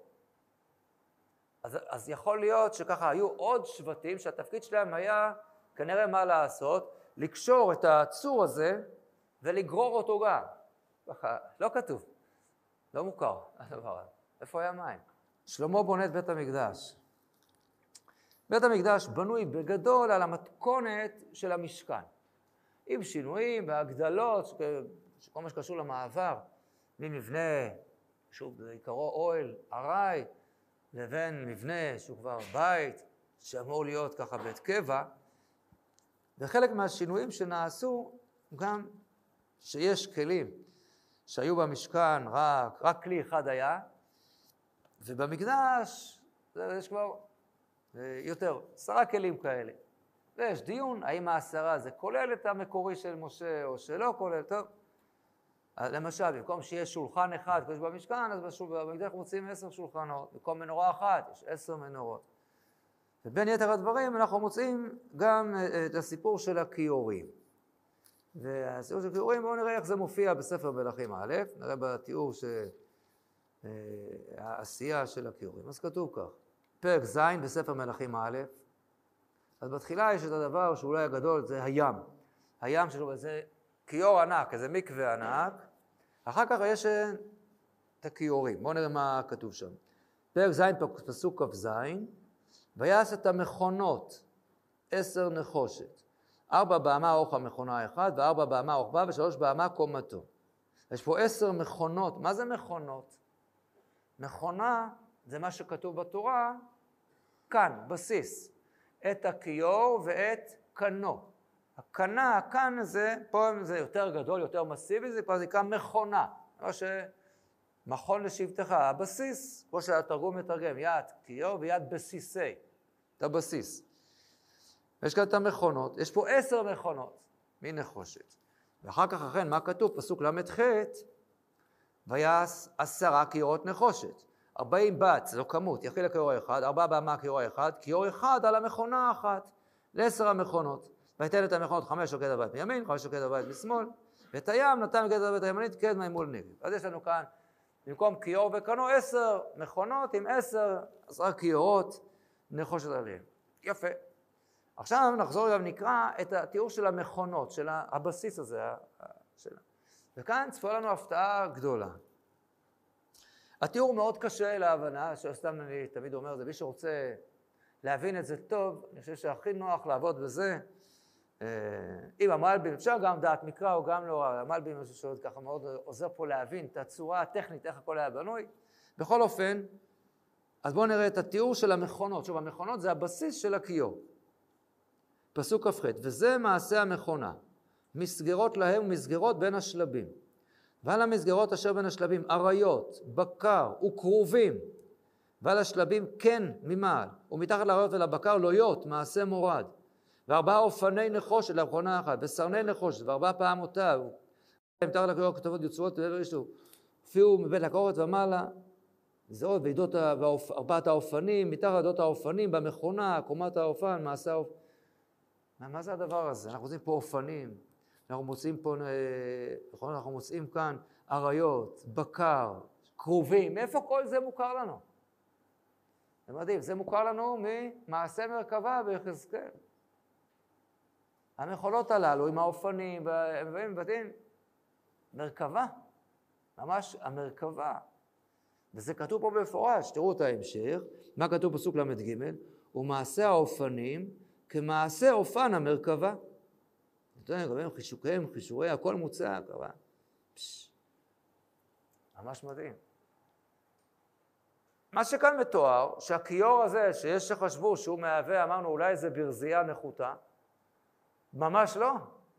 אז יכול להיות שככה היו עוד שבטים שהתפקיד שלהם היה כנראה מה לעשות, לקשור את הצור הזה ולגרור אותו גם. ככה, לא כתוב, לא מוכר הדבר הזה. איפה היה מים? שלמה בונה את בית המקדש. בית המקדש בנוי בגדול על המתכונת של המשכן. עם שינויים והגדלות, כל מה שקשור למעבר, ממבנה, שהוא בעיקרו אוהל, ארעי, לבין מבנה שהוא כבר בית, שאמור להיות ככה בית קבע, וחלק מהשינויים שנעשו גם שיש כלים שהיו במשכן, רק כלי אחד היה, ובמקדש יש כבר יותר, 10 כלים כאלה. ויש דיון, האם 10 זה כולל את המקורי של משה או שלא כולל, טוב. למשל, במקום שיש שולחן אחד כמו במשכן, אז במקדש מוצאים 10 שולחנות, במקום מנורה אחת יש 10 מנורות. ובין יתר הדברים אנחנו מוצאים גם את הסיפור של הכיורים. והסיפור של הכיורים, בואו נראה איך זה מופיע בספר מלכים א', נראה בתיאור העשייה של הכיורים. אז כתוב כך, פרק ז' בספר מלכים א', אז בתחילה יש את הדבר שאולי הגדול, זה הים. הים שלו זה כיור ענק, איזה מקווה ענק. אחר כך יש את הכיורים. בואו נראה מה כתוב שם. פרק ז' פסוק כ"ז, ויעש את המכונות 10 נחושת. 4 באמה אורך המכונה 1, ו4 באמה אורך בה, ו3 באמה קומתו. יש פה 10 מכונות. מה זה מכונות? מכונה זה מה שכתוב בתורה, כאן, בסיס. את הכיור ואת קנו. הקנה, הכאן הזה, פה זה יותר גדול, יותר מסיבי, זה כבר נקרא מכונה. או שמכון לשבטך, הבסיס, כמו שהתרגום מתרגם, יד כיור ויד בסיסי. את הבסיס. יש כאן את המכונות, יש פה 10 מכונות מנחושת. ואחר כך אכן, מה כתוב? פסוק למ"ח, ויעש 10 כיורות נחושת. 40 בת, זו כמות, יחיל לכיור אחד, 4 באמה כיור אחד, כיור אחד על המכונה אחת, ל10 המכונות. ויתן את המכונות 5 שוקד הבית מימין, 5 שוקד הבית משמאל, ואת הים נתן שוקד הבית הימנית, קדמה מול נגב. אז יש לנו כאן, במקום כיור וקנו, 10 מכונות עם 10 כיורות נחושת עליהם. יפה. עכשיו נחזור גם נקרא את התיאור של המכונות, של הבסיס הזה שלה. וכאן צפויה לנו הפתעה גדולה. התיאור מאוד קשה להבנה, שסתם אני תמיד אומר, זה מי שרוצה להבין את זה טוב, אני חושב שהכי נוח לעבוד בזה, עם המלבים, אפשר גם דעת מקרא או גם לא, המלבים משהו שעוד ככה מאוד עוזר פה להבין את הצורה הטכנית, איך הכל היה בנוי. בכל אופן, אז בואו נראה את התיאור של המכונות. שוב, המכונות זה הבסיס של הכיור. פסוק כ"ח, וזה מעשה המכונה, מסגרות להם ומסגרות בין השלבים. ועל המסגרות אשר בין השלבים, אריות, בקר וכרובים, ועל השלבים כן ממעל, ומתחת לאריות ולבקר לויות, מעשה מורד. 4 אופני נחושת למכונה אחת, וסרני נחושת, ו4 פעמותיו, מתחת לכיור כתובות יוצרות, הופיעו מבית הקורת ומעלה, זהות ועידות 4 האופנים, מתחת לעדות האופנים, במכונה, קומת האופן, מעשה האופן. מה זה הדבר הזה? אנחנו מוצאים פה אופנים, אנחנו מוצאים כאן אריות, בקר, כרובים, מאיפה כל זה מוכר לנו? אתם יודעים, זה מוכר לנו ממעשה מרכבה ביחזקאל. המכונות הללו עם האופנים, הם מבאים מבטאים, מרכבה, ממש המרכבה. וזה כתוב פה במפורש, תראו את ההמשך, מה כתוב פסוק למ"ג, ומעשה האופנים כמעשה אופן המרכבה. גם חישוקיהם, חישורי, הכל מוצע, ממש מדהים. מה שכאן מתואר, שהכיור הזה, שיש שחשבו שהוא מהווה, אמרנו אולי איזה ברזייה נחותה, ממש לא.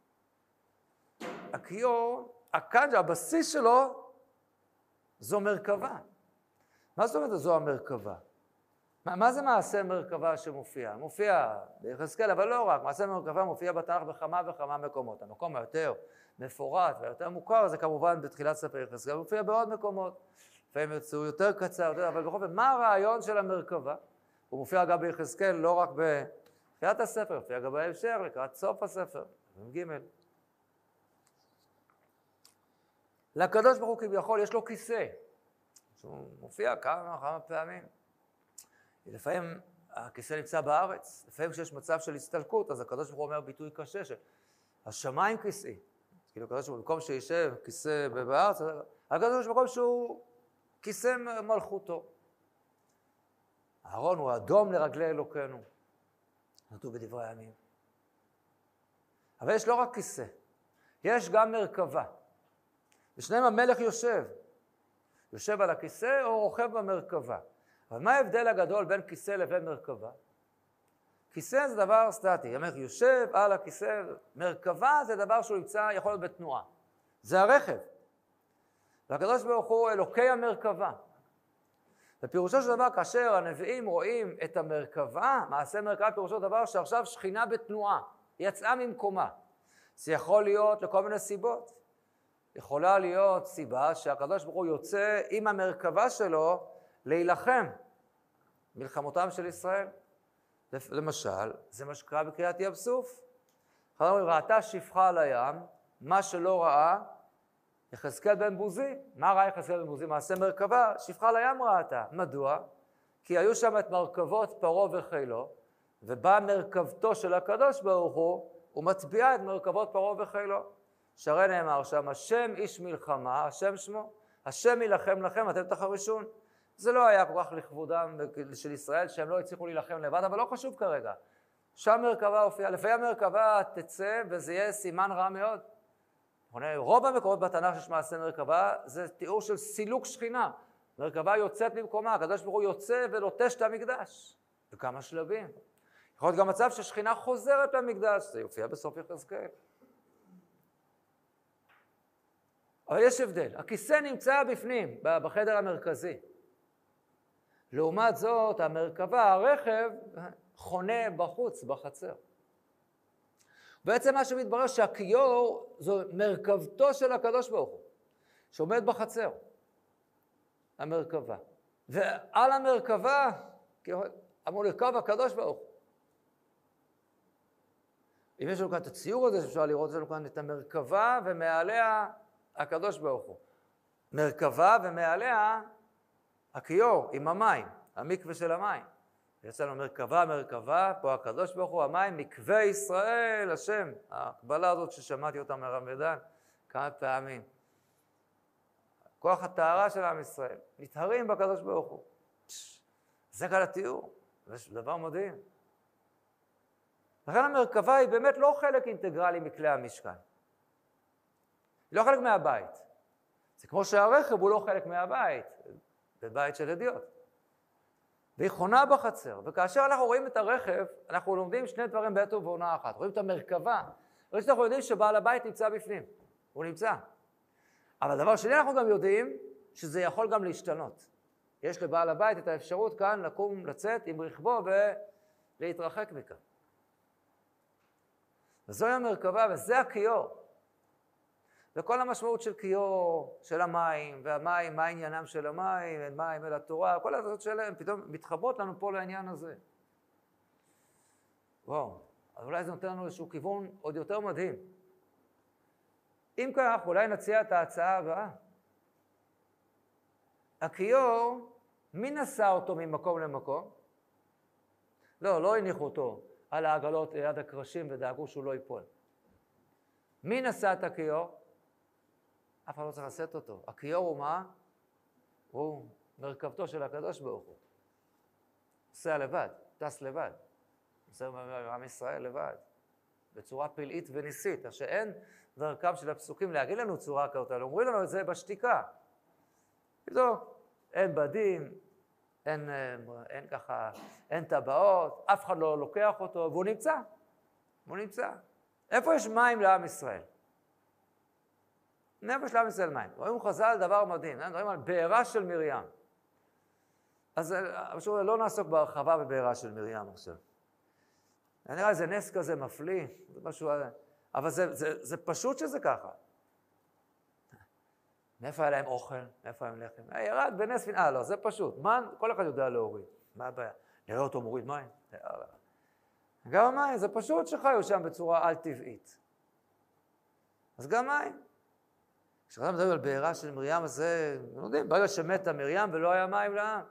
הכיור, הקנג'ה, הבסיס שלו, זו מרכבה. מה זאת אומרת זו המרכבה? מה זה מעשה מרכבה שמופיע? מופיע ביחזקאל, אבל לא רק, מעשה מרכבה מופיע בתנ"ך בכמה וכמה מקומות. המקום היותר מפורט והיותר מוכר זה כמובן בתחילת ספר יחזקאל, מופיע בעוד מקומות. לפעמים הוא יותר קצר, אבל בכל זאת, מה הרעיון של המרכבה? הוא מופיע גם ביחזקאל, לא רק בתחילת הספר, מופיע גם בהמשך, לקראת סוף הספר, ג'. לקדוש ברוך הוא כביכול יש לו כיסא, שהוא מופיע כמה פעמים. לפעמים הכיסא נמצא בארץ, לפעמים כשיש מצב של הסתלקות, אז הקדוש ברוך הוא אומר ביטוי קשה של השמיים כיסאי. כאילו הקדוש ברוך הוא במקום שישב כיסא בארץ, הקדוש ברוך הוא שהוא כיסא מלכותו. אהרון הוא אדום לרגלי אלוקינו, כתוב בדברי הימים. אבל יש לא רק כיסא, יש גם מרכבה. ושניהם המלך יושב על הכיסא או רוכב במרכבה. אבל מה ההבדל הגדול בין כיסא לבין מרכבה? כיסא זה דבר סטטי, המלך יושב על הכיסא, מרכבה זה דבר שהוא נמצא, יכול להיות בתנועה. זה הרכב. והקדוש ברוך הוא אלוקי המרכבה. ופירושו של דבר, כאשר הנביאים רואים את המרכבה, מעשה מרכבה פירושו של דבר שעכשיו שכינה בתנועה, יצאה ממקומה. זה יכול להיות לכל מיני סיבות. יכולה להיות סיבה שהקדוש ברוך הוא יוצא עם המרכבה שלו להילחם מלחמותם של ישראל. למשל, זה מה שקרה בקריאת ים סוף. ראתה שפחה על הים, מה שלא ראה, יחזקאל בן בוזי. מה ראה יחזקאל בן בוזי? מעשה מרכבה, שפחה על הים ראתה. מדוע? כי היו שם את מרכבות פרעה וחילו, ובאה מרכבתו של הקדוש ברוך הוא מטביע את מרכבות פרעה וחילו. שהרי נאמר שם, השם איש מלחמה, השם שמו, השם ילחם לכם, אתם תחרישון. זה לא היה כל כך לכבודם של ישראל, שהם לא הצליחו להילחם לבד, אבל לא חשוב כרגע. שם מרכבה הופיעה, לפעמים המרכבה תצא, וזה יהיה סימן רע מאוד. רוב המקורות בתנ"ך שיש מעשה מרכבה, זה תיאור של סילוק שכינה. מרכבה יוצאת ממקומה, הקדוש ברוך הוא יוצא ולוטש את המקדש. בכמה שלבים. יכול להיות גם מצב ששכינה חוזרת למקדש, זה יופיע בסוף יחזקאל. אבל יש הבדל, הכיסא נמצא בפנים, בחדר המרכזי. לעומת זאת, המרכבה, הרכב, חונה בחוץ, בחצר. בעצם מה שמתברר שהכיור זו מרכבתו של הקדוש ברוך הוא, שעומד בחצר, המרכבה. ועל המרכבה אמור לרכב הקדוש ברוך הוא. אם יש לנו כאן את הציור הזה שאפשר לראות, יש לנו כאן את המרכבה ומעליה הקדוש ברוך הוא. מרכבה ומעליה הכיור עם המים, המקווה של המים. יצא לנו מרכבה, פה הקדוש ברוך הוא, המים, מקווה ישראל, השם. ההקבלה הזאת ששמעתי אותה מרמדאן כמה פעמים. כוח הטהרה של עם ישראל, נטהרים בקדוש ברוך הוא. זה כאן התיאור, זה דבר מדהים. לכן המרכבה היא באמת לא חלק אינטגרלי מכלי המשכן. היא לא חלק מהבית. זה כמו שהרכב הוא לא חלק מהבית, בבית של אדיוט. והיא חונה בחצר, וכאשר אנחנו רואים את הרכב, אנחנו לומדים שני דברים בעת ובעונה אחת. רואים את המרכבה, אנחנו יודעים שבעל הבית נמצא בפנים, הוא נמצא. אבל דבר שני, אנחנו גם יודעים שזה יכול גם להשתנות. יש לבעל הבית את האפשרות כאן לקום, לצאת עם רכבו ולהתרחק מכאן. וזוהי המרכבה וזה הכיור. וכל המשמעות של כיור, של המים, והמים, מה עניינם של המים, אין מים אל התורה, כל הזאת שלהם פתאום מתחברות לנו פה לעניין הזה. וואו, אז אולי זה נותן לנו איזשהו כיוון עוד יותר מדהים. אם כך, אולי נציע את ההצעה הבאה. הכיור, מי נשא אותו ממקום למקום? לא הניחו אותו על העגלות ליד הקרשים ודאגו שהוא לא ייפול. מי נשא את הכיור? אף אחד לא צריך לשאת אותו. הכיור הוא מה? הוא מרכבתו של הקדוש ברוך הוא. נוסע לבד, טס לבד. נוסע עם ישראל לבד. בצורה פלאית וניסית. שאין דרכם של הפסוקים להגיד לנו צורה כזאת, אומרים לנו את זה בשתיקה. לא, אין בדים, אין ככה, אין טבעות, אף אחד לא לוקח אותו, והוא נמצא. הוא נמצא. איפה יש מים לעם ישראל? איפה יש לעם ישראל מים? רואים חז"ל דבר מדהים, רואים על בעירה של מרים. אז פשוט לא נעסוק בהרחבה בבעירה של מרים עכשיו. נראה איזה נס כזה מפליא, זה משהו, אבל זה פשוט שזה ככה. מאיפה היה להם אוכל? מאיפה היה להם לחם? ירד בנס פינאה, לא, זה פשוט. מן, כל אחד יודע להוריד. מה הבעיה? נראה אותו מוריד מים. גם מים, זה פשוט שחיו שם בצורה על טבעית. אז גם מים. כשאנחנו מדברים על בעירה של מרים, אז זה, יודעים, ברגע שמתה מרים ולא היה מים לעם.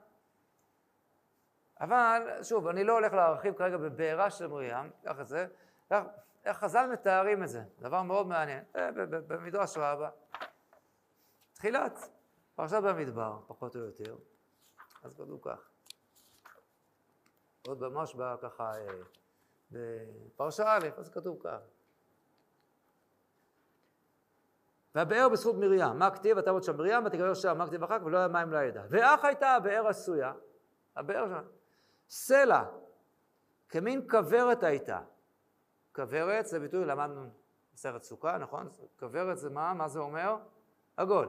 אבל, שוב, אני לא הולך להרחיב כרגע בבעירה של מרים, כך את זה, איך חז"ל מתארים את זה, דבר מאוד מעניין, במדרש רבה. תחילת, פרשת במדבר, פחות או יותר, אז כתוב כך. עוד ממש ככה, בפרשה א', אז כתוב כך. והבאר בזכות מרים, מה כתיב? אתה עוד שם מרים, ותגבר שם, מה כתיב אחר כך, ולא היה מים לעדה. ואך הייתה הבאר עשויה, הבאר שם, סלע, כמין כברת הייתה. כברת זה ביטוי, למדנו בסרט סוכה, נכון? כברת זה מה? מה זה אומר? עגול.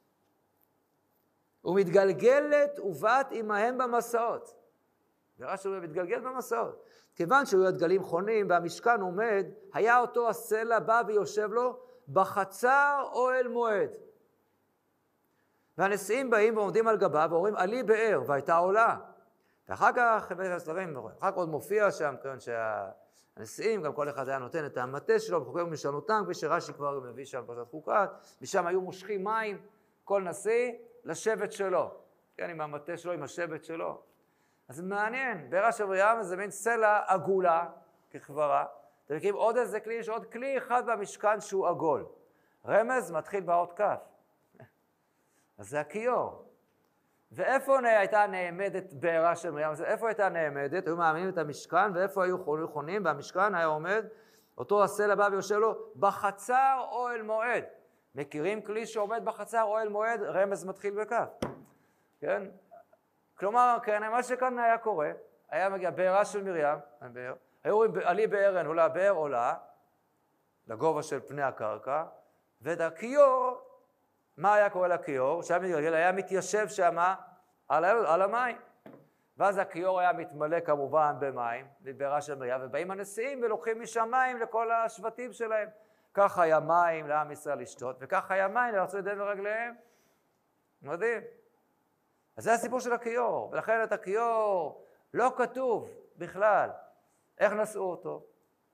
ומתגלגלת ובת עמהם במסעות. נראה שהוא מתגלגל במסעות. כיוון שהיו הדגלים חונים והמשכן עומד, היה אותו הסלע בא ויושב לו בחצר אוהל מועד. והנשיאים באים ועומדים על גבה ואומרים, עלי באר, והייתה עולה. ואחר כך, אחר כך עוד מופיע שם, כן, שהנשיאים, גם כל אחד היה נותן את המטה שלו, וחוקר משנותם, כפי שרש"י כבר מביא שם פרשת חוקת, משם היו מושכים מים, כל נשיא, לשבט שלו. כן, עם המטה שלו, עם השבט שלו. אז זה מעניין, בעירה של מרים זה מין סלע עגולה, כחברה. אתם מכירים עוד איזה כלי, יש עוד כלי אחד במשכן שהוא עגול. רמז מתחיל באות כף. אז זה הכיור. ואיפה הייתה נעמדת בעירה של מרים? איפה הייתה נעמדת? היו מאמינים את המשכן, ואיפה היו חונים? והמשכן היה עומד, אותו הסלע בא ויושב לו, בחצר אוהל מועד. מכירים כלי שעומד בחצר אוהל מועד? רמז מתחיל בכף. כן? כלומר, כן, מה שכאן היה קורה, היה מגיע בעירה של מרים, היו רואים עלי בארן, עולה באר עולה, לגובה של פני הקרקע, ואת הכיור, מה היה קורה לכיור? שהיה מתגלגל, היה מתיישב שם על המים. ואז הכיור היה מתמלא כמובן במים, מבעירה של מרים, ובאים הנשיאים ולוקחים משם מים לכל השבטים שלהם. כך היה מים לעם ישראל לשתות, וכך היה מים לרצות ידיהם ורגליהם. מדהים. אז זה הסיפור של הכיור, ולכן את הכיור לא כתוב בכלל איך נשאו אותו,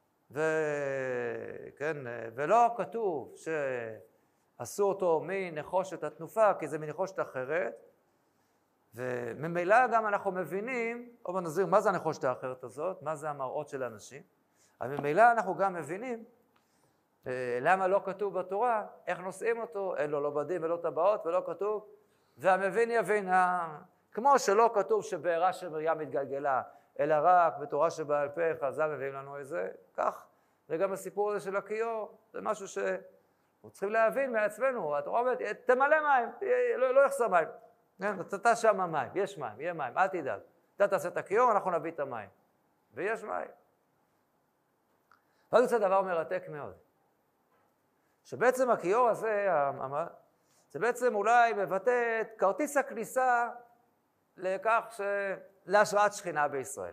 ולא כתוב שעשו אותו מנחושת התנופה, כי זה מנחושת אחרת, וממילא גם אנחנו מבינים, או נסביר מה זה הנחושת האחרת הזאת, מה זה המראות של האנשים, אבל ממילא אנחנו גם מבינים למה לא כתוב בתורה, איך נושאים אותו, אין לו לא בדים ולא טבעות ולא כתוב, והמבין יבין, כמו שלא כתוב שבעירה של מרים מתגלגלה, אלא רק בתורה שבעל פה חז"ל מביאים לנו את זה, כך, וגם הסיפור הזה של הכיור, זה משהו שאנחנו צריכים להבין מעצמנו, התורה אומרת, תמלא מים, לא יחסר מים, אתה שם מים, יש מים, יהיה מים, אל תדאג, אתה תעשה את הכיור, אנחנו נביא את המים, ויש מים. ואז זה דבר מרתק מאוד, שבעצם הכיור הזה, זה בעצם אולי מבטא את כרטיס הכניסה לכך להשראת שכינה בישראל.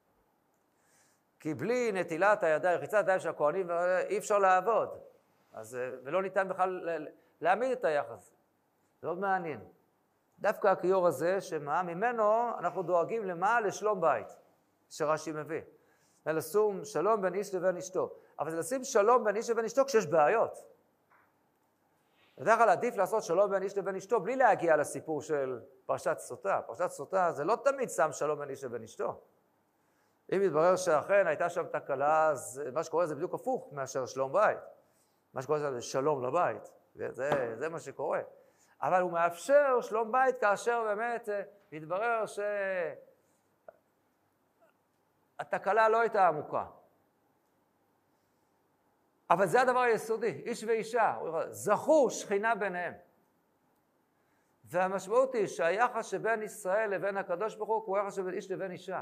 כי בלי נטילת הידיים, רחיצת הידיים של הכהנים, אי אפשר לעבוד. אז, ולא ניתן בכלל להעמיד את היחס. זה מאוד מעניין. דווקא הכיור הזה, שמה ממנו אנחנו דואגים למה? לשלום בית, שרש"י מביא. לשים שלום בין איש לבין אשתו. אבל זה לשים שלום בין איש לבין אשתו כשיש בעיות. בדרך כלל עדיף לעשות שלום בין איש לבין אשתו, בלי להגיע לסיפור של פרשת סוטה. פרשת סוטה זה לא תמיד שם שלום בין איש לבין אשתו. אם יתברר שאכן הייתה שם תקלה, אז מה שקורה זה בדיוק הפוך מאשר שלום בית. מה שקורה זה שלום לבית, זה מה שקורה. אבל הוא מאפשר שלום בית כאשר באמת יתברר שהתקלה לא הייתה עמוקה. אבל זה הדבר היסודי, איש ואישה, זכו שכינה ביניהם. והמשמעות היא שהיחס שבין ישראל לבין הקדוש ברוך הוא יחס שבין איש לבין אישה.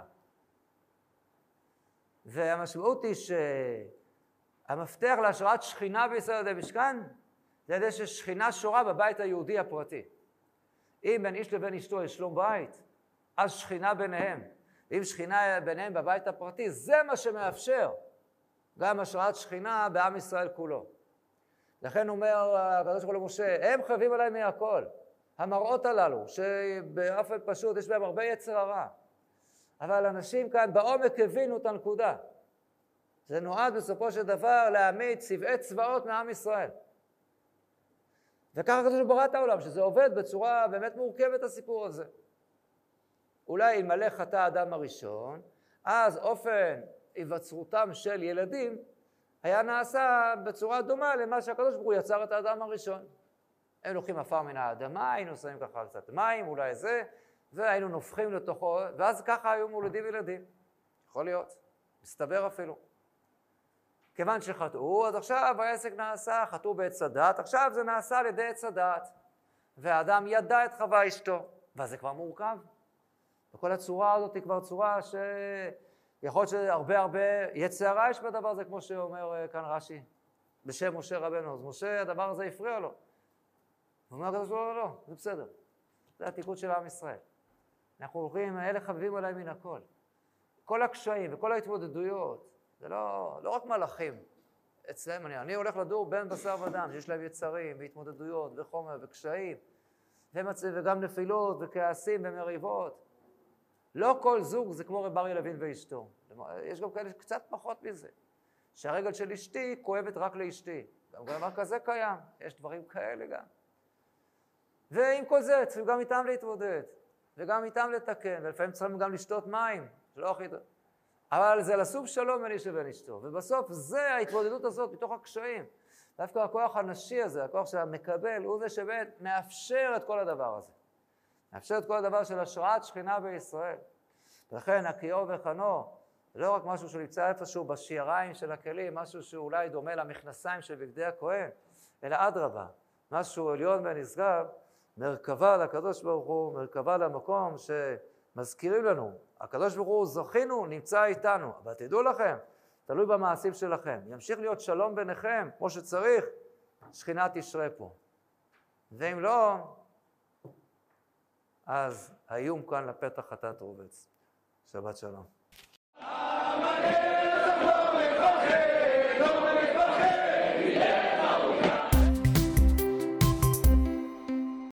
והמשמעות היא שהמפתח להשראת שכינה בישראל על ידי משכן, זה ידי ששכינה שורה בבית היהודי הפרטי. אם בין איש לבין אשתו יש שלום בית, אז שכינה ביניהם. אם שכינה ביניהם בבית הפרטי, זה מה שמאפשר גם השראת שכינה בעם ישראל כולו. לכן אומר הקדוש ברוך הוא למשה, הם חייבים עליי מהכל. המראות הללו, שבאופן פשוט יש בהם הרבה יצר הרע. אבל אנשים כאן בעומק הבינו את הנקודה. זה נועד בסופו של דבר להעמיד צבעי צבאות מעם ישראל. וככה הקדוש ברוך הוא ברא את העולם, שזה עובד בצורה באמת מורכבת הסיפור הזה. אולי אלמלא חטא האדם הראשון, אז אופן היווצרותם של ילדים היה נעשה בצורה דומה למה שהקדוש ברוך הוא יצר את האדם הראשון. היינו לוקחים עפר מן האדמה, היינו שמים ככה קצת מים, אולי זה, והיינו נופחים לתוכו, ואז ככה היו מולדים ילדים. יכול להיות, מסתבר אפילו. כיוון שחטאו, אז עכשיו העסק נעשה, חטאו בעץ הדעת, עכשיו זה נעשה על ידי עץ הדעת. והאדם ידע את חווה אשתו, ואז זה כבר מורכב. וכל הצורה הזאת היא כבר צורה שיכול להיות שהרבה יצר הרע יש בדבר הזה, כמו שאומר כאן רש"י, בשם משה רבנו. אז משה, הדבר הזה הפריע לו. הוא אומר הקדוש ברוך הוא, לא, זה בסדר. זה התיקון של עם ישראל. אנחנו הולכים, אלה חביבים עליי מן הכל. כל הקשיים וכל ההתמודדויות, זה לא רק מלאכים אצלם. אני הולך לדור בין בשר ודם, שיש להם יצרים והתמודדויות וחומר וקשיים, וגם נפילות וכעסים ומריבות. לא כל זוג זה כמו רב אריה לוין ואשתו. יש גם כאלה קצת פחות מזה. שהרגל של אשתי כואבת רק לאשתי. גם דבר כזה קיים, יש דברים כאלה גם. ועם כל זה, צריכים גם איתם להתמודד, וגם איתם לתקן, ולפעמים צריכים גם לשתות מים, שלא הכי טוב. אבל זה לסוב שלום בין איש לבין אשתו, ובסוף זה ההתמודדות הזאת מתוך הקשיים. דווקא הכוח הנשי הזה, הכוח שהמקבל, הוא זה שבאמת מאפשר את כל הדבר הזה. מאפשר את כל הדבר של השראת שכינה בישראל. ולכן הכיור וחנו, זה לא רק משהו שנמצא איפשהו בשיריים של הכלים, משהו שאולי דומה למכנסיים של בגדי הכהן, אלא אדרבה, משהו עליון ונשגב, מרכבה לקדוש ברוך הוא, מרכבה למקום שמזכירים לנו. הקדוש ברוך הוא זכינו, נמצא איתנו, אבל תדעו לכם, תלוי במעשים שלכם. ימשיך להיות שלום ביניכם, כמו שצריך, שכינה תשרה פה. ואם לא, אז האיום כאן לפתח חטאת רובץ. שבת שלום.